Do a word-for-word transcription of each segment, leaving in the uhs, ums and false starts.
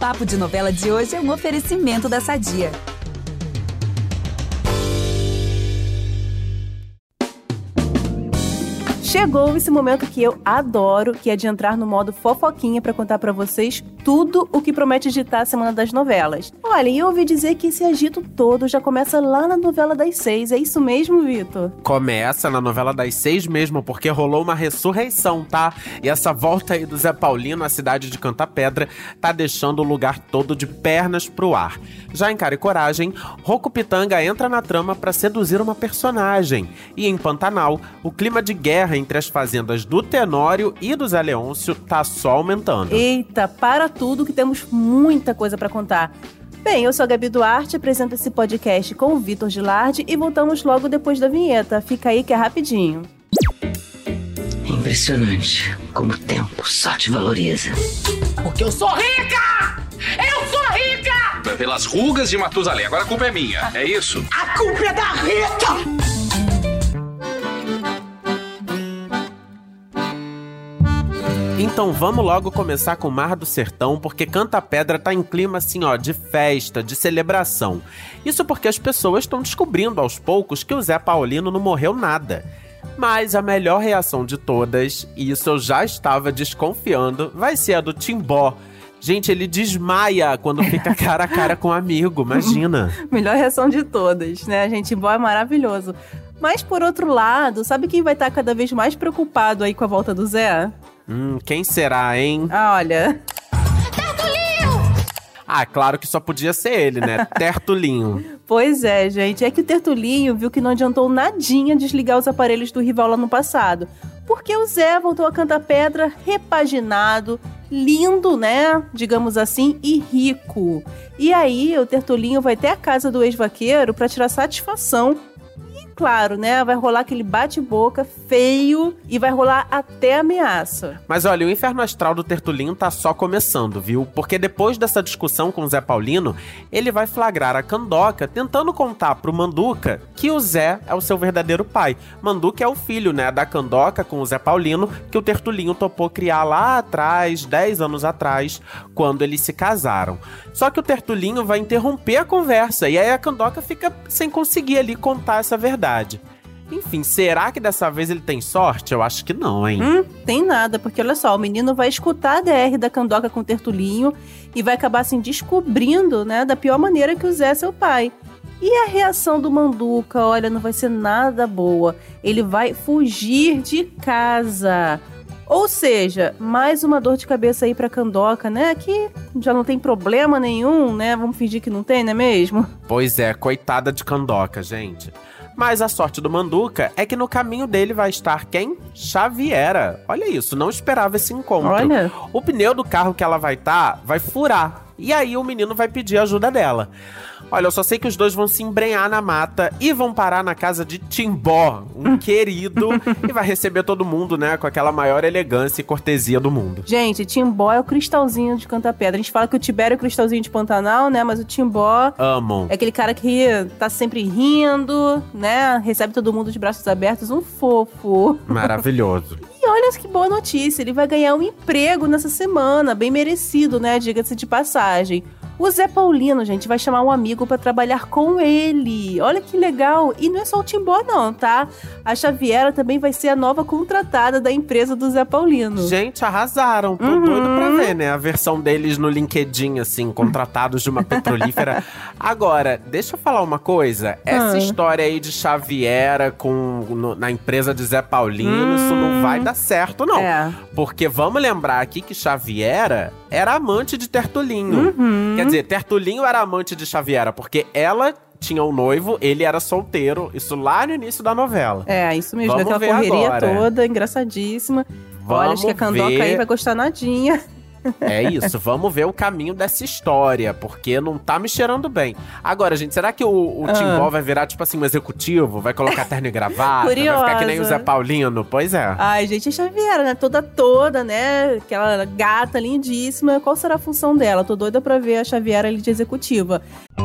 Papo de Novela de hoje é um oferecimento da Sadia. Chegou esse momento que eu adoro, que é de entrar no modo fofoquinha pra contar pra vocês tudo o que promete agitar a semana das novelas. Olha, e eu ouvi dizer que esse agito todo já começa lá na novela das seis, é isso mesmo, Vitor? Começa na novela das seis mesmo, porque rolou uma ressurreição, tá? E essa volta aí do Zé Paulino à cidade de Cantapedra tá deixando o lugar todo de pernas pro ar. Já em Cara e Coragem, Rocco Pitanga entra na trama pra seduzir uma personagem. E em Pantanal, o clima de guerra entre as fazendas do Tenório e do Zé Leôncio tá só aumentando. Eita, para tudo que temos muita coisa pra contar. Bem, eu sou a Gabi Duarte, apresento esse podcast com o Vitor Gilardi e voltamos logo depois da vinheta. Fica aí que é rapidinho. É impressionante como o tempo só te valoriza. Porque eu sou rica! Eu sou rica! Pelas rugas de Matusalém, agora a culpa é minha, é isso? A culpa é da Rita! Então vamos logo começar com o Mar do Sertão, porque Cantapedra tá em clima assim, ó, de festa, de celebração. Isso porque as pessoas estão descobrindo aos poucos que o Zé Paulino não morreu nada. Mas a melhor reação de todas, e isso eu já estava desconfiando, vai ser a do Timbó. Gente, ele desmaia quando fica cara a cara com um amigo, imagina. Melhor reação de todas, né? Gente, Timbó é maravilhoso. Mas por outro lado, sabe quem vai estar cada vez mais preocupado aí com a volta do Zé? Hum, quem será, hein? Ah, olha... Tertulinho! Ah, claro que só podia ser ele, né? Tertulinho. Pois é, gente. É que o Tertulinho viu que não adiantou nadinha desligar os aparelhos do rival lá no passado. Porque o Zé voltou a Cantapedra repaginado, lindo, né? Digamos assim, e rico. E aí, o Tertulinho vai até a casa do ex-vaqueiro pra tirar satisfação. Claro, né? Vai rolar aquele bate-boca feio e vai rolar até ameaça. Mas olha, o inferno astral do Tertulinho tá só começando, viu? Porque depois dessa discussão com o Zé Paulino, ele vai flagrar a Candoca tentando contar pro Manduca que o Zé é o seu verdadeiro pai. Manduca é o filho, né, da Candoca com o Zé Paulino, que o Tertulinho topou criar lá atrás, dez anos atrás, quando eles se casaram. Só que o Tertulinho vai interromper a conversa e aí a Candoca fica sem conseguir ali contar essa verdade. Enfim, será que dessa vez ele tem sorte? Eu acho que não, hein? Hum, tem nada, porque olha só, o menino vai escutar a D R da Candoca com o Tertulinho e vai acabar assim descobrindo, né, da pior maneira que o Zé é seu pai. E a reação do Manduca, olha, não vai ser nada boa. Ele vai fugir de casa. Ou seja, mais uma dor de cabeça aí pra Candoca, né? Que já não tem problema nenhum, né? Vamos fingir que não tem, não é mesmo? Pois é, coitada de Candoca, gente. Mas a sorte do Manduca é que no caminho dele vai estar quem? Xaviera. Olha isso, não esperava esse encontro. Olha. O pneu do carro que ela vai estar vai furar. E aí o menino vai pedir ajuda dela. Olha, eu só sei que os dois vão se embrenhar na mata e vão parar na casa de Timbó, um querido, e vai receber todo mundo, né, com aquela maior elegância e cortesia do mundo. Gente, Timbó é o cristalzinho de Cantapedra. A gente fala que o Tibério é o cristalzinho de Pantanal, né, mas o Timbó... Amam. É aquele cara que tá sempre rindo, né, recebe todo mundo de braços abertos, um fofo. Maravilhoso. E olha que boa notícia, ele vai ganhar um emprego nessa semana, bem merecido, né, diga-se de passagem. O Zé Paulino, gente, vai chamar um amigo pra trabalhar com ele. Olha que legal. E não é só o Timbó, não, tá? A Xaviera também vai ser a nova contratada da empresa do Zé Paulino. Gente, arrasaram. Tô uhum. doido pra ver, né? A versão deles no LinkedIn, assim, contratados de uma petrolífera. Agora, deixa eu falar uma coisa. Essa ah. história aí de Xaviera com, no, na empresa de Zé Paulino, hum. isso não vai dar certo, não. É. Porque vamos lembrar aqui que Xaviera era amante de Tertulinho. Uhum. Quer dizer, Tertulinho era amante de Xaviera, porque ela tinha um noivo, ele era solteiro. Isso lá no início da novela. É, isso mesmo. Vamos aquela ver correria agora. toda, engraçadíssima. Vamos Olha, acho que a Candoca ver. aí vai gostar nadinha. É isso, vamos ver o caminho dessa história, porque não tá me cheirando bem. Agora, gente, será que o, o ah. Timbó vai virar, tipo assim, um executivo? Vai colocar terno e gravata? Curiosa. Vai ficar que nem o Zé Paulino? Pois é. Ai, gente, a Xaviera, né? Toda toda, né? Aquela gata lindíssima. Qual será a função dela? Tô doida pra ver a Xaviera ali de executiva.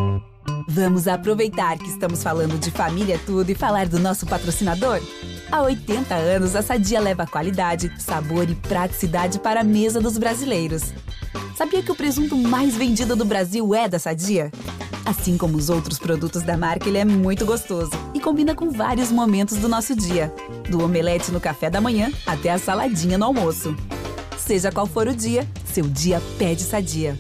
Vamos aproveitar que estamos falando de família tudo e falar do nosso patrocinador? Há oitenta anos, a Sadia leva qualidade, sabor e praticidade para a mesa dos brasileiros. Sabia que o presunto mais vendido do Brasil é da Sadia? Assim como os outros produtos da marca, ele é muito gostoso e combina com vários momentos do nosso dia. Do omelete no café da manhã até a saladinha no almoço. Seja qual for o dia, seu dia pede Sadia.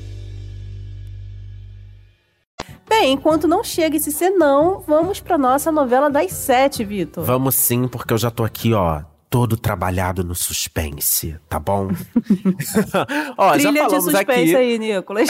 Bem, enquanto não chega esse senão, vamos pra nossa novela das sete, Vitor. Vamos sim, porque eu já tô aqui, ó, todo trabalhado no suspense, tá bom? Ó, Trilha já de falamos suspense aqui. aí, Nicolas.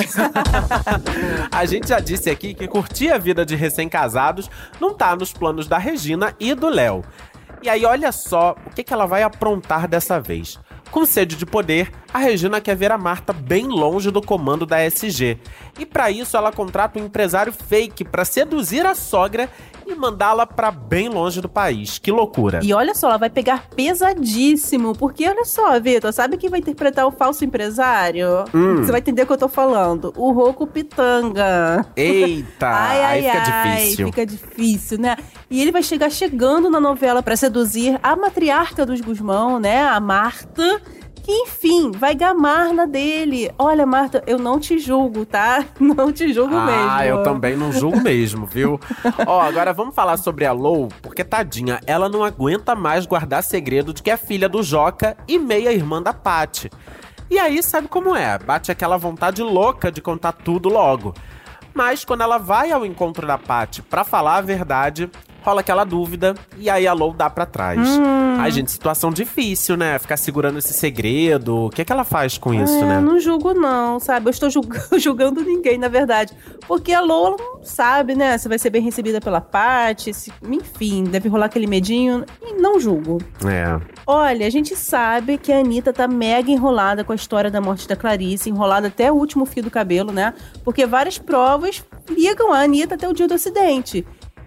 A gente já disse aqui que curtir a vida de recém-casados não tá nos planos da Regina e do Léo. E aí, olha só o que, que ela vai aprontar dessa vez. Com sede de poder, a Regina quer ver a Marta bem longe do comando da S G. E para isso ela contrata um empresário fake para seduzir a sogra e mandá-la para bem longe do país. Que loucura. E olha só, ela vai pegar pesadíssimo, porque olha só, Vitor, sabe quem vai interpretar o falso empresário? Hum. Você vai entender o que eu tô falando. O Rocco Pitanga. Eita, Ai, ai, aí fica ai, difícil. fica difícil, né? E ele vai chegar chegando na novela pra seduzir a matriarca dos Gusmão, né? A Marta, que, enfim, vai gamar na dele. Olha, Marta, eu não te julgo, tá? Não te julgo ah, mesmo. Ah, eu também não julgo mesmo, viu? Ó, agora vamos falar sobre a Lou, porque tadinha, ela não aguenta mais guardar segredo de que é filha do Joca e meia-irmã da Paty. E aí, sabe como é? Bate aquela vontade louca de contar tudo logo. Mas quando ela vai ao encontro da Paty pra falar a verdade, rola aquela dúvida e aí a Lou dá pra trás. Hum. Ai, gente, situação difícil, né? Ficar segurando esse segredo. O que é que ela faz com isso, é, né? Não julgo não, sabe? Eu estou julgando, julgando ninguém, na verdade. Porque a Lou, ela não sabe, né? Se vai ser bem recebida pela Paty, se, enfim, deve rolar aquele medinho. E não julgo. É. Olha, a gente sabe que a Anitta tá mega enrolada com a história da morte da Clarice, enrolada até o último fio do cabelo, né? Porque várias provas ligam a Anitta até o dia do acidente.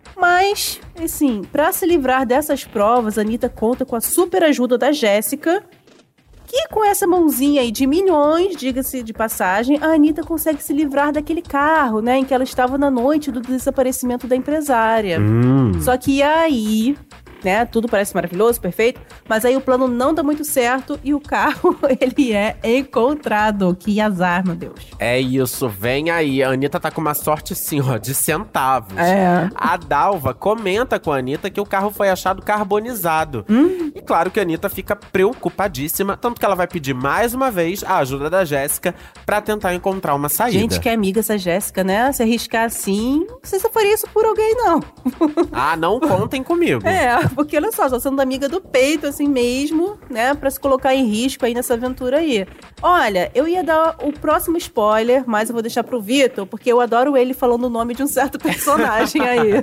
Mas, assim, pra se livrar dessas provas, a Anitta conta com a super ajuda da Jéssica, que com essa mãozinha aí de milhões, diga-se de passagem, a Anitta consegue se livrar daquele carro, né, em que ela estava na noite do desaparecimento da empresária. Hum. Só que aí, né, tudo parece maravilhoso, perfeito, mas aí o plano não dá muito certo e o carro, ele é encontrado. Que azar, meu Deus. É isso, vem aí. A Anitta tá com uma sorte, assim, ó, de centavos. É. A Dalva comenta com a Anitta que o carro foi achado carbonizado. Hum? E claro que a Anitta fica preocupadíssima, tanto que ela vai pedir mais uma vez a ajuda da Jéssica pra tentar encontrar uma saída. Gente, que amiga essa Jéssica, né? Se arriscar assim, não sei se eu faria isso por alguém, não. Ah, não contem comigo. É, porque olha só, só sendo amiga do peito, assim mesmo, né? Pra se colocar em risco aí nessa aventura aí. Olha, eu ia dar o próximo spoiler, mas eu vou deixar pro Vitor, porque eu adoro ele falando o nome de um certo personagem aí.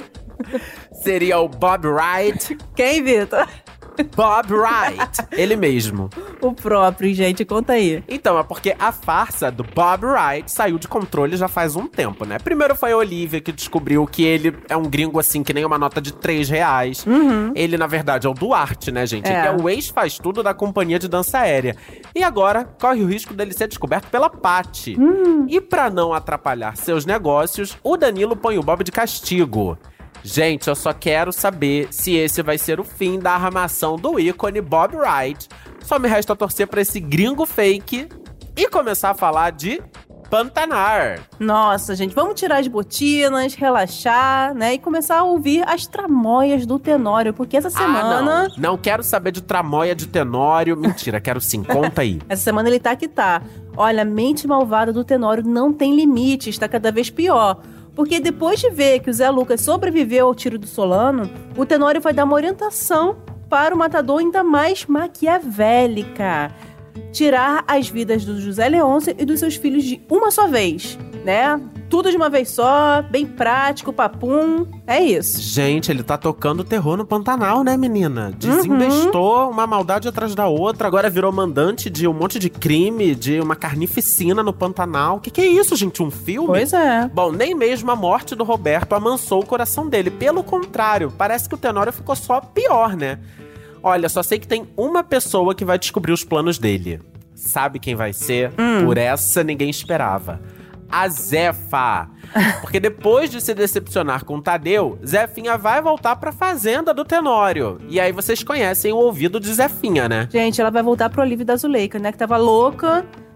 Seria o Bob Wright. Quem, Vitor? Bob Wright. Ele mesmo. O próprio, gente, conta aí. Então, é porque a farsa do Bob Wright saiu de controle já faz um tempo, né? Primeiro foi a Olivia, que descobriu que ele é um gringo assim, que nem uma nota de três reais. Uhum. Ele, na verdade, é o Duarte, né, gente? É. Ele é o ex-faz-tudo da companhia de dança aérea. E agora, corre o risco dele ser descoberto pela Paty. Hum. E pra não atrapalhar seus negócios, o Danilo põe o Bob de castigo. Gente, eu só quero saber se esse vai ser o fim da armação do ícone Bob Wright. Só me resta torcer pra esse gringo fake e começar a falar de Pantanar. Nossa, gente, vamos tirar as botinas, relaxar, né? E começar a ouvir as tramóias do Tenório, porque essa semana... Ah, não. Não quero saber de tramóia de Tenório. Mentira, quero sim. Conta aí. Essa semana ele tá que tá. Olha, a mente malvada do Tenório não tem limite, está cada vez pior. Porque depois de ver que o Zé Lucas sobreviveu ao tiro do Solano, o Tenório vai dar uma orientação para o matador ainda mais maquiavélica. Tirar as vidas do José Leôncio e dos seus filhos de uma só vez, né? Tudo de uma vez só, bem prático, papum, é isso. Gente, ele tá tocando terror no Pantanal, né, menina? Desinvestou uhum. uma maldade atrás da outra, agora virou mandante de um monte de crime, de uma carnificina no Pantanal. Que que é isso, gente? Um filme? Pois é. Bom, nem mesmo a morte do Roberto amansou o coração dele. Pelo contrário, parece que o Tenório ficou só pior, né? Olha, só sei que tem uma pessoa que vai descobrir os planos dele. Sabe quem vai ser? Hum. Por essa ninguém esperava. A Zefa. Porque depois de se decepcionar com o Tadeu, Zefinha vai voltar pra fazenda do Tenório. E aí vocês conhecem o ouvido de Zefinha, né? Gente, ela vai voltar pro Olívio da Zuleika, né? Que tava louca,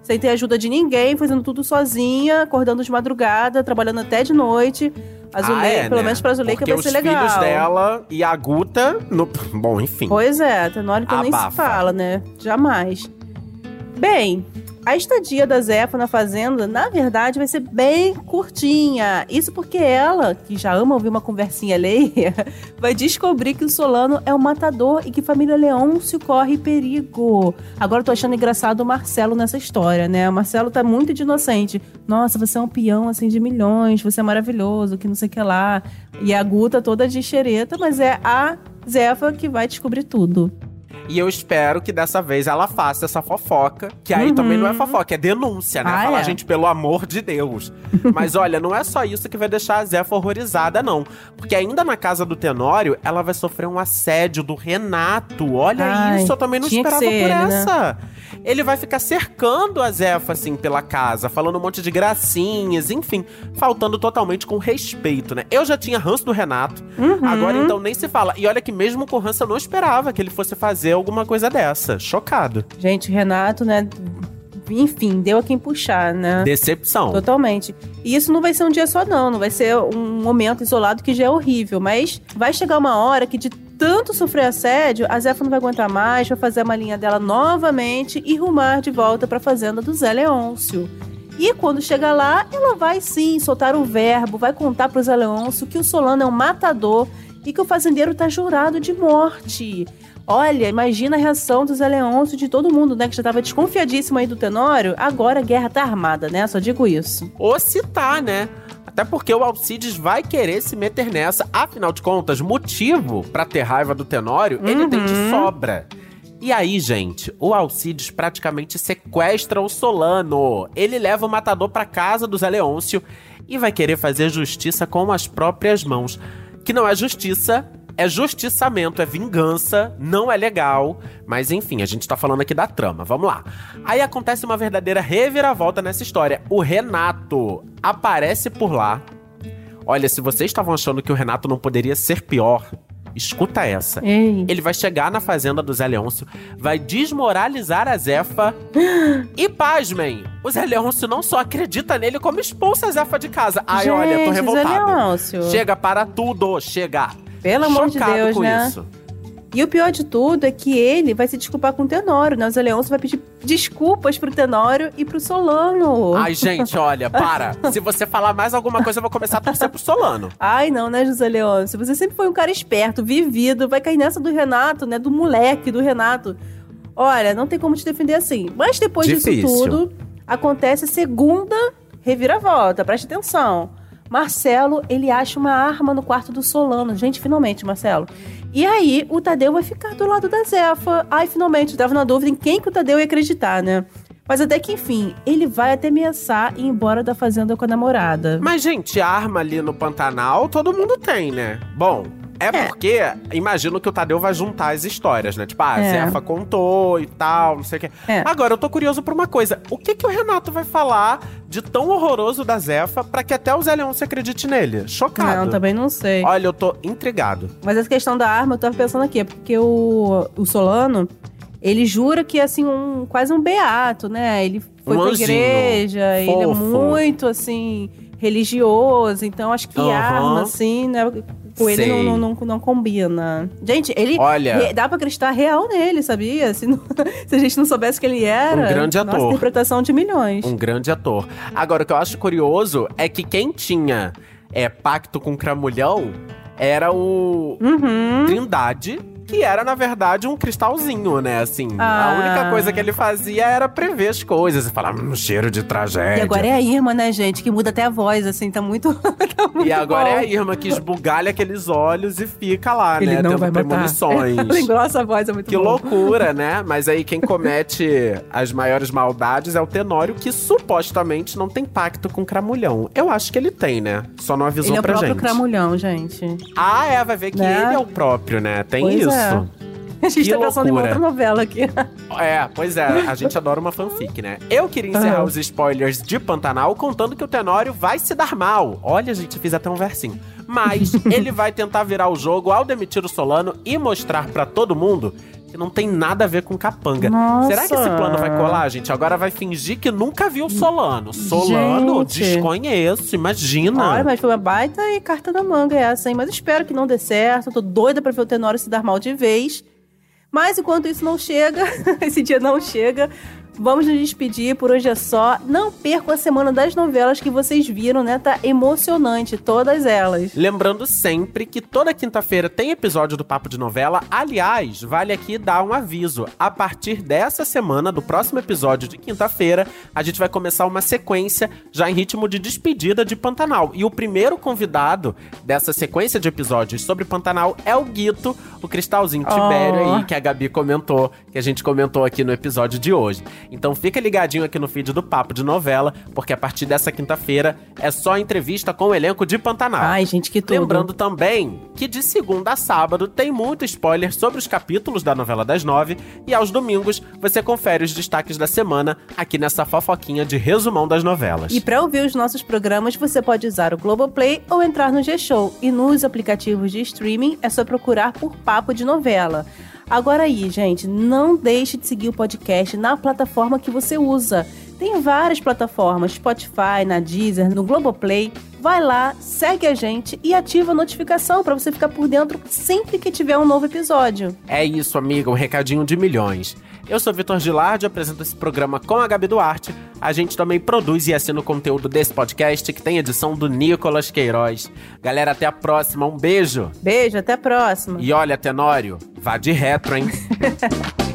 sem ter ajuda de ninguém, fazendo tudo sozinha, acordando de madrugada, trabalhando até de noite. A Zuleika, ah, é, pelo né? menos pra Zuleika Porque vai ser legal. os filhos dela e a Guta, no... bom, enfim. Pois é, Tenório então nem se fala, né? Jamais. Bem, a estadia da Zefa na fazenda, na verdade, vai ser bem curtinha. Isso porque ela, que já ama ouvir uma conversinha alheia, vai descobrir que o Solano é um matador e que família Leôncio corre perigo. Agora eu tô achando engraçado o Marcelo nessa história, né? O Marcelo tá muito de inocente. Nossa, você é um peão, assim, de milhões, você é maravilhoso, que não sei o que lá. E a Guta toda de xereta, mas é a Zefa que vai descobrir tudo. E eu espero que dessa vez ela faça essa fofoca, que aí uhum. também não é fofoca, é denúncia, né? Ah, Falar, é. gente, pelo amor de Deus. Mas olha, não é só isso que vai deixar a Zefa horrorizada, não. Porque ainda na casa do Tenório, ela vai sofrer um assédio do Renato. Olha Ai, isso, eu também não tinha que esperava ser por ele, essa. né? Ele vai ficar cercando a Zefa, assim, pela casa, falando um monte de gracinhas, enfim, faltando totalmente com respeito, né? Eu já tinha ranço do Renato, Uhum. agora então nem se fala. E olha que mesmo com ranço eu não esperava que ele fosse fazer alguma coisa dessa. Chocado. Gente, Renato, né? Enfim, deu a quem puxar, né? Decepção. Totalmente. E isso não vai ser um dia só, não. Não vai ser um momento isolado que já é horrível. Mas vai chegar uma hora que de tanto sofrer assédio, a Zefa não vai aguentar mais, vai fazer a malinha dela novamente e rumar de volta pra fazenda do Zé Leôncio. E quando chegar lá, ela vai sim soltar o verbo, vai contar pro Zé Leôncio que o Solano é um matador e que o fazendeiro tá jurado de morte. Olha, imagina a reação do Zé Leôncio e de todo mundo, né? Que já tava desconfiadíssimo aí do Tenório. Agora a guerra tá armada, né? Só digo isso. Ou se tá, né? Até porque o Alcides vai querer se meter nessa. Afinal de contas, motivo pra ter raiva do Tenório, Uhum. ele tem de sobra. E aí, gente, o Alcides praticamente sequestra o Solano. Ele leva o matador pra casa do Zé Leôncio e vai querer fazer justiça com as próprias mãos. Que não é justiça, é justiçamento, é vingança, não é legal. Mas enfim, a gente tá falando aqui da trama, vamos lá. Aí acontece uma verdadeira reviravolta nessa história. O Renato aparece por lá. Olha, se vocês estavam achando que o Renato não poderia ser pior, escuta essa. Ei. Ele vai chegar na fazenda do Zé Leôncio, vai desmoralizar a Zefa e, pasmem, o Zé Leôncio não só acredita nele, como expulsa a Zefa de casa. Ai, Gente, olha, tô Zé revoltado. Leôncio. Chega para tudo, chega. Pelo amor de Chocado Deus, com né? isso. E o pior de tudo é que ele vai se desculpar com o Tenório, né? O Zé Leôncio vai pedir desculpas pro Tenório e pro Solano. Ai, gente, olha, para. Se você falar mais alguma coisa, eu vou começar a torcer pro Solano. Ai, não, né, José Leôncio? Você sempre foi um cara esperto, vivido, vai cair nessa do Renato, né? Do moleque do Renato. Olha, não tem como te defender assim. Mas depois Difícil. disso tudo, acontece a segunda reviravolta. Preste atenção. Marcelo, ele acha uma arma no quarto do Solano. Gente, finalmente, Marcelo. E aí, o Tadeu vai ficar do lado da Zefa. Ai, finalmente, eu tava na dúvida em quem que o Tadeu ia acreditar, né? Mas até que, enfim, ele vai até ameaçar ir embora da fazenda com a namorada. Mas, gente, arma ali no Pantanal, todo mundo tem, né? Bom, é, É. porque imagino que o Tadeu vai juntar as histórias, né? Tipo, ah, a É. Zefa contou e tal, não sei o quê. É. Agora, eu tô curioso por uma coisa. O que que o Renato vai falar de tão horroroso da Zefa pra que até o Zé Leôncio acredite nele? Chocado. Não, também não sei. Olha, eu tô intrigado. Mas essa questão da arma, eu tava pensando aqui, é porque o, o Solano, ele jura que é, assim, um, quase um beato, né? Ele foi Um pra anjinho. igreja, ele é Fofo. muito, assim, religioso. Então, acho que Aham. arma, assim, né? Com ele Sei. não, não, não, não combina. Gente, ele... Olha- re- dá pra acreditar real nele, sabia? Se, não- se a gente não soubesse que ele era... Um grande Nossa, ator. interpretação de milhões. Um grande ator. Agora, o que eu acho curioso é que quem tinha é, pacto com o Cramulhão era o Uhum. Trindade, que era, na verdade, um cristalzinho, né? Assim, Ah. a única coisa que ele fazia era prever as coisas e falar, hum, cheiro de tragédia. E agora é a Irma, né, gente? Que muda até a voz, assim, tá muito, tá muito E agora bom. é a Irma que esbugalha aqueles olhos e fica lá, Ele né? não tendo vai matar. premonições. Ela engrossa a voz, é muito Que bom. loucura, né? Mas aí quem comete as maiores maldades é o Tenório, que supostamente não tem pacto com o Cramulhão. Eu acho que ele tem, né? Só não avisou Ele é o pra próprio gente. Cramulhão, gente. Ah, é, vai ver que Né? ele é o próprio, né? Tem Pois isso. é. A gente Que tá pensando em uma loucura. outra novela aqui. É, pois é, a gente adora uma fanfic, né? Eu queria encerrar Aham. os spoilers de Pantanal contando que o Tenório vai se dar mal. Olha, gente, fiz até um versinho. Mas ele vai tentar virar o jogo ao demitir o Solano e mostrar pra todo mundo que que não tem nada a ver com capanga. Nossa. Será que esse plano vai colar, gente? Agora vai fingir que nunca viu Solano. Solano, Gente. desconheço, imagina. Olha, mas foi uma baita e carta na manga essa, hein? Mas espero que não dê certo. Tô doida pra ver o Tenório se dar mal de vez. Mas enquanto isso não chega, esse dia não chega, vamos nos despedir, por hoje é só. Não percam a semana das novelas que vocês viram, né? Tá emocionante, todas elas. Lembrando sempre que toda quinta-feira tem episódio do Papo de Novela. Aliás, vale aqui dar um aviso. A partir dessa semana, do próximo episódio de quinta-feira, a gente vai começar uma sequência já em ritmo de despedida de Pantanal. E o primeiro convidado dessa sequência de episódios sobre Pantanal é o Guito, o Cristalzinho Tibério Oh. aí, que a Gabi comentou, que a gente comentou aqui no episódio de hoje. Então fica ligadinho aqui no feed do Papo de Novela, porque a partir dessa quinta-feira é só entrevista com o elenco de Pantanal. Ai, gente, que tudo. Lembrando também que de segunda a sábado tem muito spoiler sobre os capítulos da novela das nove e aos domingos você confere os destaques da semana aqui nessa fofoquinha de resumão das novelas. E para ouvir os nossos programas, você pode usar o Globoplay ou entrar no G-Show. E nos aplicativos de streaming é só procurar por Papo de Novela. Agora aí, gente, não deixe de seguir o podcast na plataforma que você usa. Tem várias plataformas, Spotify, na Deezer, no Globoplay. Vai lá, segue a gente e ativa a notificação para você ficar por dentro sempre que tiver um novo episódio. É isso, amiga, um recadinho de milhões. Eu sou Vitor Gilardi, apresento esse programa com a Gabi Duarte. A gente também produz e assina o conteúdo desse podcast, que tem edição do Nicolas Queiroz. Galera, até a próxima, um beijo! Beijo, até a próxima. E olha, Tenório, vá de retro, hein?